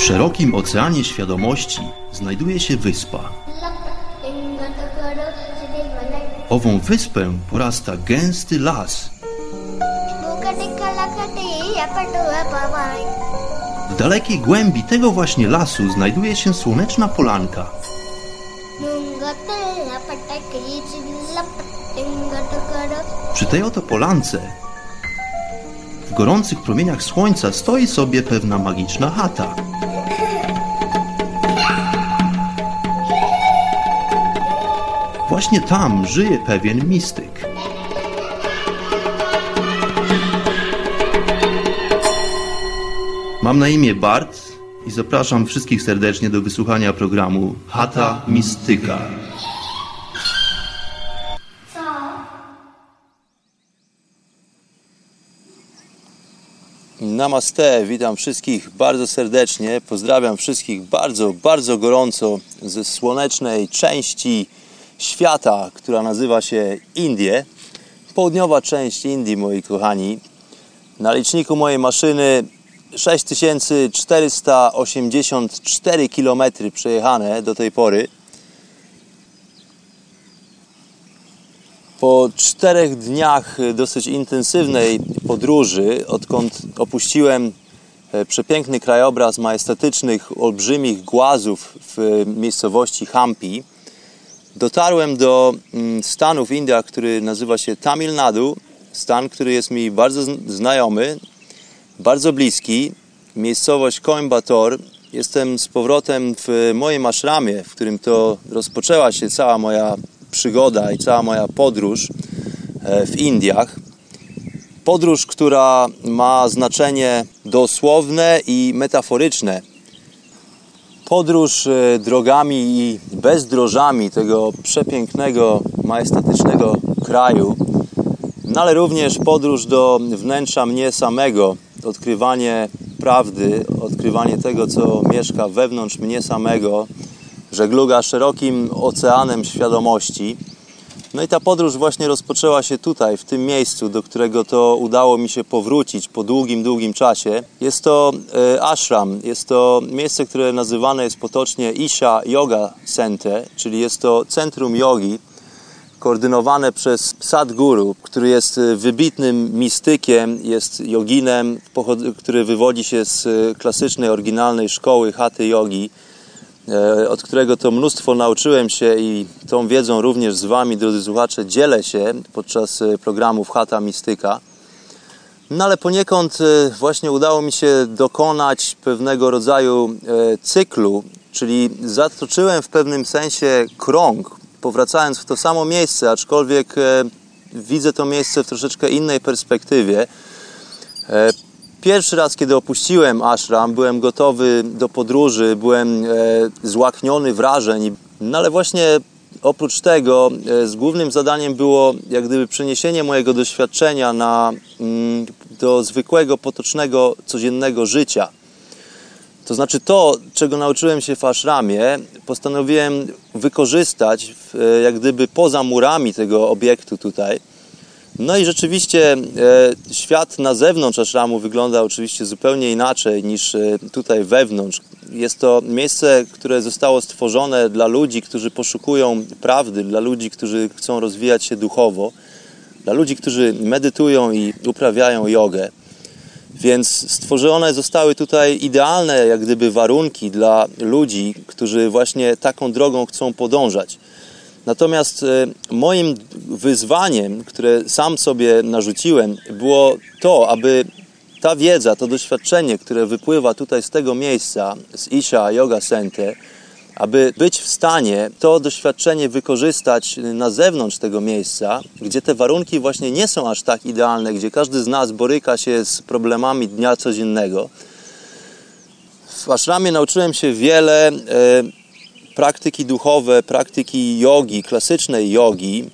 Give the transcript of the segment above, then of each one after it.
szerokim oceanie świadomości znajduje się wyspa. Ową wyspę porasta gęsty las. W dalekiej głębi tego właśnie lasu znajduje się słoneczna polanka. Przy tej oto polance, w gorących promieniach słońca, stoi sobie pewna magiczna chata. Właśnie tam żyje pewien mistyk. Mam na imię Bart i zapraszam wszystkich serdecznie do wysłuchania programu Chata Mistyka. Namaste, witam wszystkich bardzo serdecznie, pozdrawiam wszystkich bardzo, bardzo gorąco ze słonecznej części świata, która nazywa się Indie. Południowa część Indii, moi kochani. Na liczniku mojej maszyny 6484 km przejechane do tej pory. Po 4 dniach dosyć intensywnej podróży, odkąd opuściłem przepiękny krajobraz majestatycznych, olbrzymich głazów w miejscowości Hampi, dotarłem do stanu w Indiach, który nazywa się Tamil Nadu. Stan, który jest mi bardzo znajomy, bardzo bliski. Miejscowość Coimbatore. Jestem z powrotem w moim ashramie, w którym to rozpoczęła się cała moja przygoda i cała moja podróż w Indiach. Podróż, która ma znaczenie dosłowne i metaforyczne. Podróż drogami i bezdrożami tego przepięknego, majestatycznego kraju, no ale również podróż do wnętrza mnie samego, odkrywanie prawdy, odkrywanie tego, co mieszka wewnątrz mnie samego, żegluga szerokim oceanem świadomości. No i ta podróż właśnie rozpoczęła się tutaj, w tym miejscu, do którego to udało mi się powrócić po długim, długim czasie. Jest to ashram, jest to miejsce, które nazywane jest potocznie Isha Yoga Center, czyli jest to centrum jogi, koordynowane przez Sadhguru, który jest wybitnym mistykiem, jest joginem, który wywodzi się z klasycznej, oryginalnej szkoły Hatha Yogi, od którego to mnóstwo nauczyłem się i tą wiedzą również z Wami, drodzy słuchacze, dzielę się podczas programów Chata Mistyka. No ale poniekąd właśnie udało mi się dokonać pewnego rodzaju cyklu, czyli zatoczyłem w pewnym sensie krąg, powracając w to samo miejsce, aczkolwiek widzę to miejsce w troszeczkę innej perspektywie. Pierwszy raz, kiedy opuściłem ashram, byłem gotowy do podróży, byłem złakniony wrażeń, no ale właśnie oprócz tego z głównym zadaniem było jak gdyby przeniesienie mojego doświadczenia do zwykłego, potocznego, codziennego życia. To znaczy to, czego nauczyłem się w ashramie, postanowiłem wykorzystać jak gdyby poza murami tego obiektu tutaj. No i rzeczywiście świat na zewnątrz ashramu wygląda oczywiście zupełnie inaczej niż tutaj wewnątrz. Jest to miejsce, które zostało stworzone dla ludzi, którzy poszukują prawdy, dla ludzi, którzy chcą rozwijać się duchowo, dla ludzi, którzy medytują i uprawiają jogę. Więc stworzone zostały tutaj idealne jak gdyby warunki dla ludzi, którzy właśnie taką drogą chcą podążać. Natomiast moim wyzwaniem, które sam sobie narzuciłem, było to, aby ta wiedza, to doświadczenie, które wypływa tutaj z tego miejsca, z Isha Yoga Center, aby być w stanie to doświadczenie wykorzystać na zewnątrz tego miejsca, gdzie te warunki właśnie nie są aż tak idealne, gdzie każdy z nas boryka się z problemami dnia codziennego. W ashramie nauczyłem się wiele praktyki duchowe, praktyki jogi, klasycznej jogi,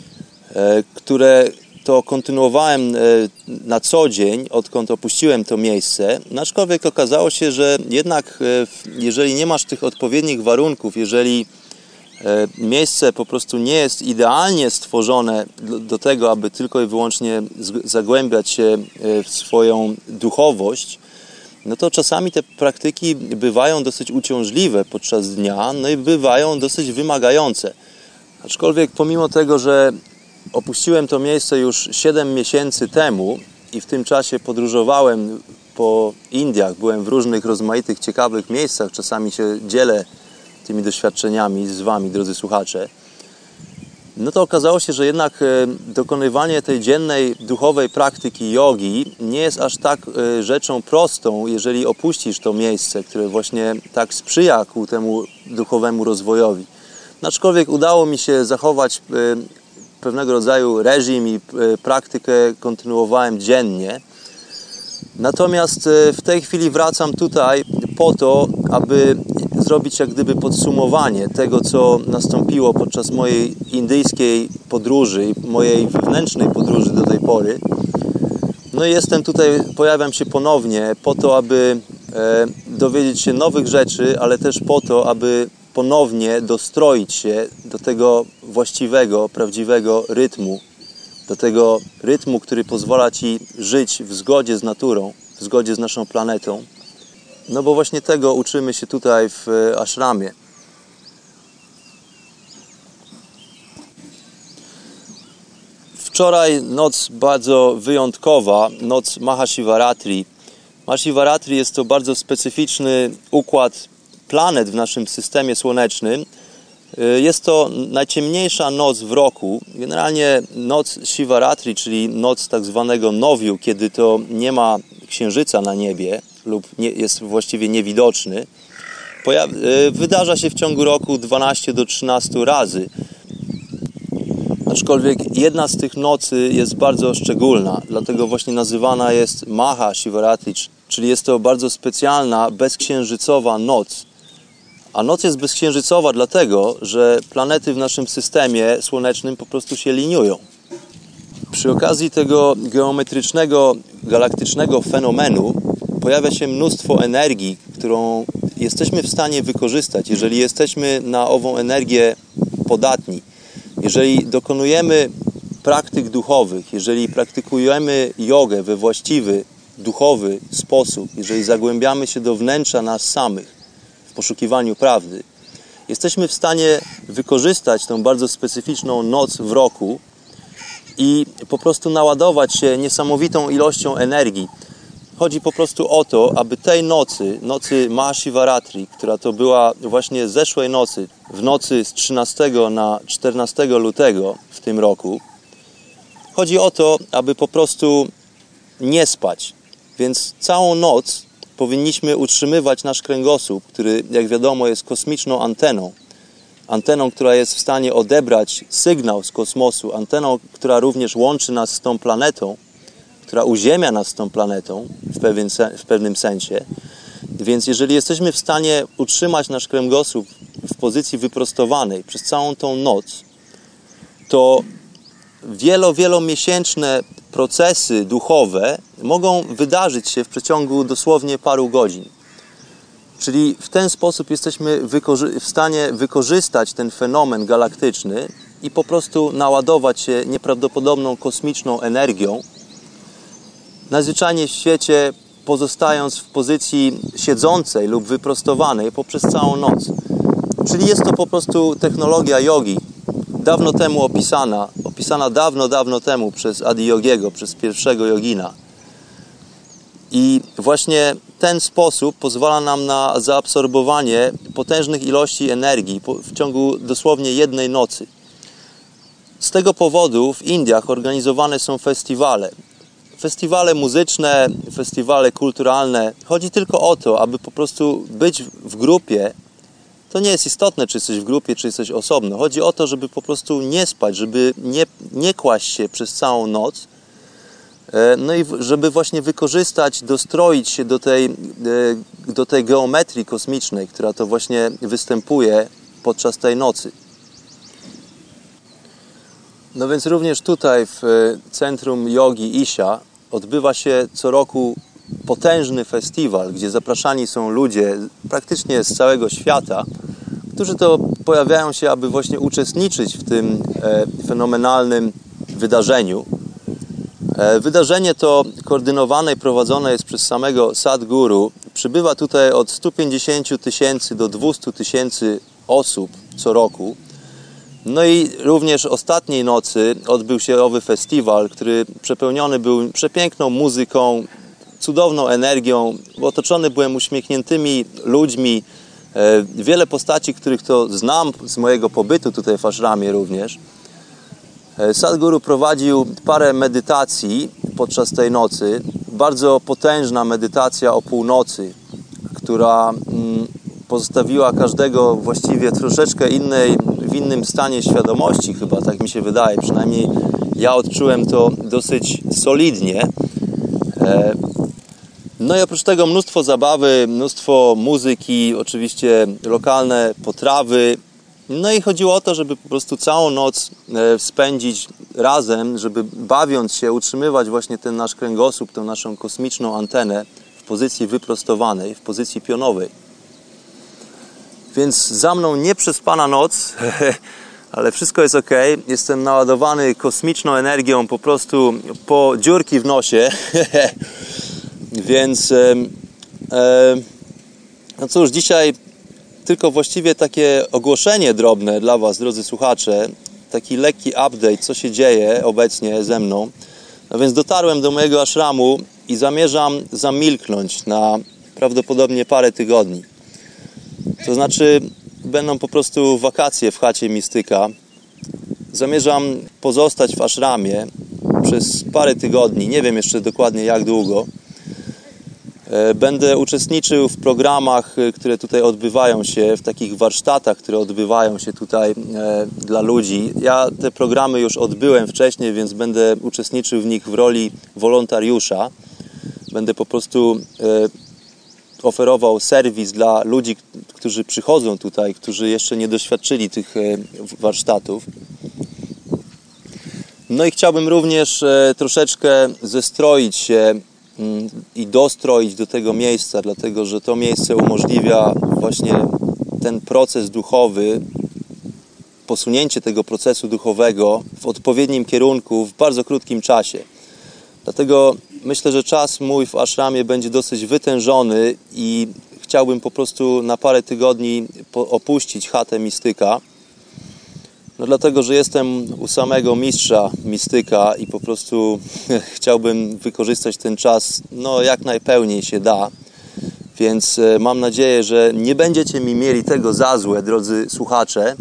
które to kontynuowałem na co dzień, odkąd opuściłem to miejsce. Aczkolwiek okazało się, że jednak jeżeli nie masz tych odpowiednich warunków, jeżeli miejsce po prostu nie jest idealnie stworzone do tego, aby tylko i wyłącznie zagłębiać się w swoją duchowość, no to czasami te praktyki bywają dosyć uciążliwe podczas dnia, no i bywają dosyć wymagające. Aczkolwiek pomimo tego, że opuściłem to miejsce już 7 miesięcy temu i w tym czasie podróżowałem po Indiach, byłem w różnych rozmaitych, ciekawych miejscach, czasami się dzielę tymi doświadczeniami z Wami, drodzy słuchacze, no to okazało się, że jednak dokonywanie tej dziennej duchowej praktyki jogi nie jest aż tak rzeczą prostą, jeżeli opuścisz to miejsce, które właśnie tak sprzyja ku temu duchowemu rozwojowi. Aczkolwiek udało mi się zachować pewnego rodzaju reżim i praktykę kontynuowałem dziennie. Natomiast w tej chwili wracam tutaj po to, aby zrobić jak gdyby podsumowanie tego, co nastąpiło podczas mojej indyjskiej podróży i mojej wewnętrznej podróży do tej pory. No i jestem tutaj, pojawiam się ponownie po to, aby dowiedzieć się nowych rzeczy, ale też po to, aby ponownie dostroić się do tego właściwego, prawdziwego rytmu, do tego rytmu, który pozwala Ci żyć w zgodzie z naturą, w zgodzie z naszą planetą. No bo właśnie tego uczymy się tutaj w ashramie. Wczoraj noc bardzo wyjątkowa, noc Mahashivaratri. Mahashivaratri jest to bardzo specyficzny układ planet w naszym systemie słonecznym. Jest to najciemniejsza noc w roku. Generalnie noc Shivaratri, czyli noc tak zwanego nowiu, kiedy to nie ma księżyca na niebie lub jest właściwie niewidoczny, wydarza się w ciągu roku 12 do 13 razy. Aczkolwiek jedna z tych nocy jest bardzo szczególna, dlatego właśnie nazywana jest Mahashivaratri, czyli jest to bardzo specjalna, bezksiężycowa noc. A noc jest bezksiężycowa dlatego, że planety w naszym systemie słonecznym po prostu się liniują. Przy okazji tego geometrycznego, galaktycznego fenomenu pojawia się mnóstwo energii, którą jesteśmy w stanie wykorzystać, jeżeli jesteśmy na ową energię podatni. Jeżeli dokonujemy praktyk duchowych, jeżeli praktykujemy jogę we właściwy, duchowy sposób, jeżeli zagłębiamy się do wnętrza nas samych w poszukiwaniu prawdy, jesteśmy w stanie wykorzystać tą bardzo specyficzną noc w roku i po prostu naładować się niesamowitą ilością energii. Chodzi po prostu o to, aby tej nocy Mahashivaratri, która to była właśnie zeszłej nocy, w nocy z 13 na 14 lutego w tym roku, chodzi o to, aby po prostu nie spać. Więc całą noc powinniśmy utrzymywać nasz kręgosłup, który, jak wiadomo, jest kosmiczną anteną. Anteną, która jest w stanie odebrać sygnał z kosmosu, anteną, która również łączy nas z tą planetą, która uziemia nas z tą planetą w pewnym sensie. Więc jeżeli jesteśmy w stanie utrzymać nasz kręgosłup w pozycji wyprostowanej przez całą tą noc, to wielomiesięczne procesy duchowe mogą wydarzyć się w przeciągu dosłownie paru godzin. Czyli w ten sposób jesteśmy w stanie wykorzystać ten fenomen galaktyczny i po prostu naładować się nieprawdopodobną kosmiczną energią, najzwyczajniej w świecie pozostając w pozycji siedzącej lub wyprostowanej poprzez całą noc. Czyli jest to po prostu technologia jogi, dawno temu opisana dawno temu przez Adi Yogiego, przez pierwszego jogina. I właśnie ten sposób pozwala nam na zaabsorbowanie potężnych ilości energii w ciągu dosłownie jednej nocy. Z tego powodu w Indiach organizowane są festiwale. Festiwale muzyczne, festiwale kulturalne. Chodzi tylko o to, aby po prostu być w grupie. To nie jest istotne, czy jesteś w grupie, czy jesteś osobno. Chodzi o to, żeby po prostu nie spać, żeby nie kłaść się przez całą noc. No i żeby właśnie wykorzystać, dostroić się do tej geometrii kosmicznej, która to właśnie występuje podczas tej nocy. No więc również tutaj w centrum jogi Isha odbywa się co roku potężny festiwal, gdzie zapraszani są ludzie praktycznie z całego świata, którzy to pojawiają się, aby właśnie uczestniczyć w tym fenomenalnym wydarzeniu. Wydarzenie to koordynowane i prowadzone jest przez samego Sadhguru. Przybywa tutaj od 150 000 do 200 000 osób co roku. No i również ostatniej nocy odbył się owy festiwal, który przepełniony był przepiękną muzyką, cudowną energią. Otoczony byłem uśmiechniętymi ludźmi, wiele postaci, których to znam z mojego pobytu tutaj w ashramie również. Sadhguru prowadził parę medytacji podczas tej nocy. Bardzo potężna medytacja o północy, która pozostawiła każdego właściwie troszeczkę w innym stanie świadomości chyba, tak mi się wydaje. Przynajmniej ja odczułem to dosyć solidnie. No i oprócz tego mnóstwo zabawy, mnóstwo muzyki, oczywiście lokalne potrawy. No i chodziło o to, żeby po prostu całą noc spędzić razem, żeby bawiąc się, utrzymywać właśnie ten nasz kręgosłup, tę naszą kosmiczną antenę w pozycji wyprostowanej, w pozycji pionowej. Więc za mną nieprzespana noc, ale wszystko jest ok. Jestem naładowany kosmiczną energią po prostu po dziurki w nosie. Więc no cóż, dzisiaj tylko właściwie takie ogłoszenie drobne dla Was, drodzy słuchacze. Taki lekki update, co się dzieje obecnie ze mną. No więc dotarłem do mojego ashramu i zamierzam zamilknąć na prawdopodobnie parę tygodni. To znaczy, będą po prostu wakacje w chacie Mistyka. Zamierzam pozostać w ashramie przez parę tygodni, nie wiem jeszcze dokładnie jak długo. Będę uczestniczył w programach, które tutaj odbywają się, w takich warsztatach, które odbywają się tutaj dla ludzi. Ja te programy już odbyłem wcześniej, więc będę uczestniczył w nich w roli wolontariusza. Będę po prostu oferował serwis dla ludzi, którzy przychodzą tutaj, którzy jeszcze nie doświadczyli tych warsztatów. No i chciałbym również troszeczkę zestroić się i dostroić do tego miejsca, dlatego że to miejsce umożliwia właśnie ten proces duchowy, posunięcie tego procesu duchowego w odpowiednim kierunku w bardzo krótkim czasie. Dlatego myślę, że czas mój w ashramie będzie dosyć wytężony i chciałbym po prostu na parę tygodni opuścić chatę Mistyka. No dlatego, że jestem u samego mistrza Mistyka i po prostu chciałbym wykorzystać ten czas jak najpełniej się da. Więc mam nadzieję, że nie będziecie mi mieli tego za złe, drodzy słuchacze.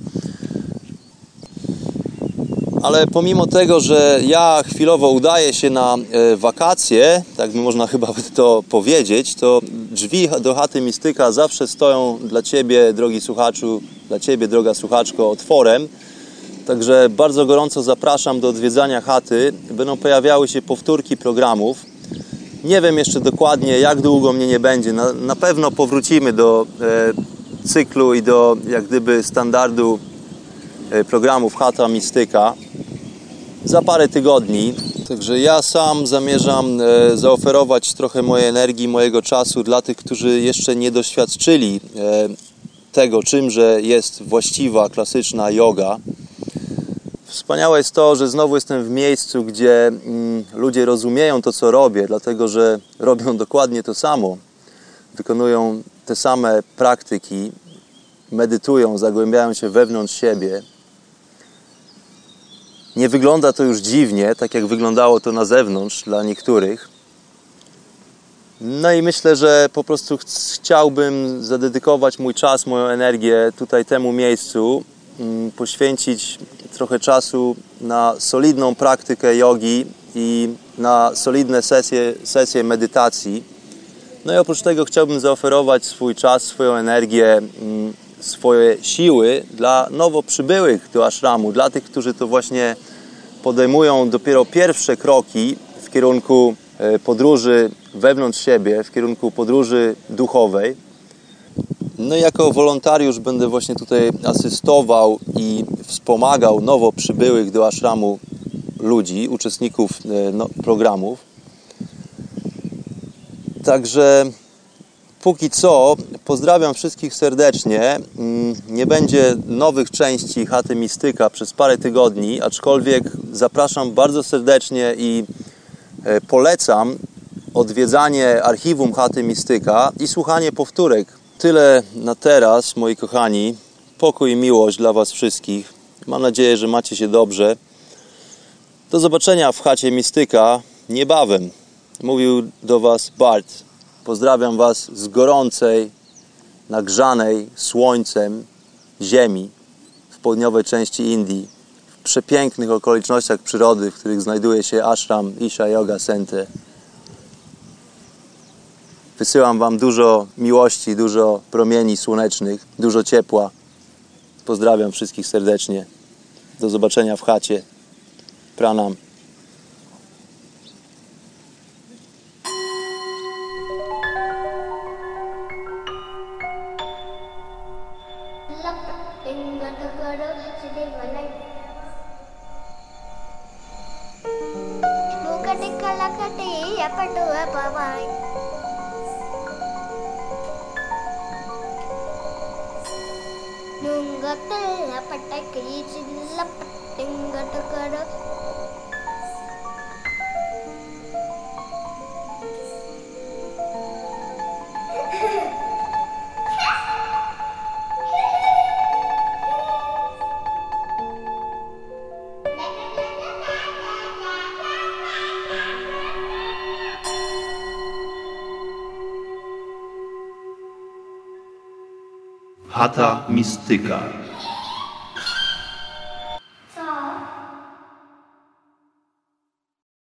Ale pomimo tego, że ja chwilowo udaję się na wakacje, tak by można chyba to powiedzieć, to drzwi do chaty Mistyka zawsze stoją dla Ciebie, drogi słuchaczu, dla Ciebie, droga słuchaczko, otworem. Także bardzo gorąco zapraszam do odwiedzania chaty. Będą pojawiały się powtórki programów. Nie wiem jeszcze dokładnie, jak długo mnie nie będzie. Na pewno powrócimy do cyklu i do jak gdyby standardu programów Chata Mistyka za parę tygodni. Także ja sam zamierzam zaoferować trochę mojej energii, mojego czasu dla tych, którzy jeszcze nie doświadczyli tego, czymże jest właściwa, klasyczna yoga. Wspaniałe jest to, że znowu jestem w miejscu, gdzie ludzie rozumieją to, co robię, dlatego że robią dokładnie to samo. Wykonują te same praktyki, medytują, zagłębiają się wewnątrz siebie. Nie wygląda to już dziwnie, tak jak wyglądało to na zewnątrz dla niektórych. No i myślę, że po prostu chciałbym zadedykować mój czas, moją energię tutaj temu miejscu, poświęcić trochę czasu na solidną praktykę jogi i na solidne sesje medytacji. No i oprócz tego chciałbym zaoferować swój czas, swoją energię, swoje siły dla nowo przybyłych do ashramu, dla tych, którzy to właśnie podejmują dopiero pierwsze kroki w kierunku podróży wewnątrz siebie, w kierunku podróży duchowej. No i jako wolontariusz będę właśnie tutaj asystował i wspomagał nowo przybyłych do ashramu ludzi, uczestników programów. Także póki co pozdrawiam wszystkich serdecznie. Nie będzie nowych części Chaty Mistyka przez parę tygodni, aczkolwiek zapraszam bardzo serdecznie i Polecam odwiedzanie archiwum Chaty Mistyka i słuchanie powtórek. Tyle na teraz, moi kochani. Pokój i miłość dla Was wszystkich. Mam nadzieję, że macie się dobrze. Do zobaczenia w Chacie Mistyka niebawem. Mówił do Was Bart. Pozdrawiam Was z gorącej, nagrzanej słońcem ziemi w południowej części Indii, w przepięknych okolicznościach przyrody, w których znajduje się ashram Isha Yoga Center. Wysyłam Wam dużo miłości, dużo promieni słonecznych, dużo ciepła. Pozdrawiam wszystkich serdecznie. Do zobaczenia w chacie. Pranam. Chata Mistyka.